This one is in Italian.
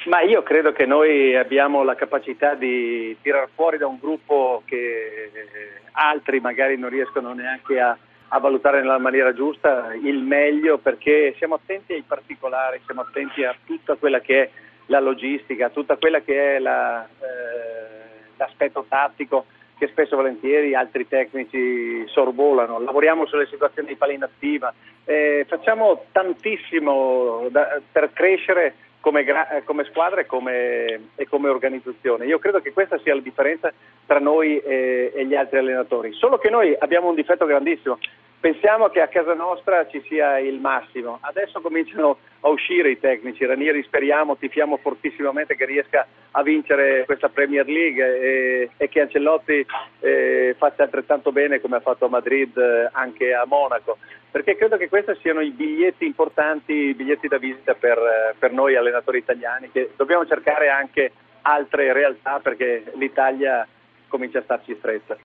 Ma io credo che noi abbiamo la capacità di tirar fuori da un gruppo che altri magari non riescono neanche a valutare nella maniera giusta il meglio, perché siamo attenti ai particolari, siamo attenti a tutta quella che è la logistica, a tutta quella che è l'aspetto tattico che spesso e volentieri altri tecnici sorvolano. Lavoriamo sulle situazioni di palla inattiva, facciamo tantissimo per crescere come squadra e come organizzazione. Io credo che questa sia la differenza tra noi e gli altri allenatori, solo che noi abbiamo un difetto grandissimo: pensiamo che a casa nostra ci sia il massimo. Adesso cominciano a uscire i tecnici. Ranieri, speriamo, tifiamo fortissimamente che riesca a vincere questa Premier League e che Ancelotti faccia altrettanto bene come ha fatto a Madrid, anche a Monaco, perché credo che questi siano i biglietti importanti, i biglietti da visita per noi allenatori italiani, che dobbiamo cercare anche altre realtà, perché l'Italia comincia a starci stretta.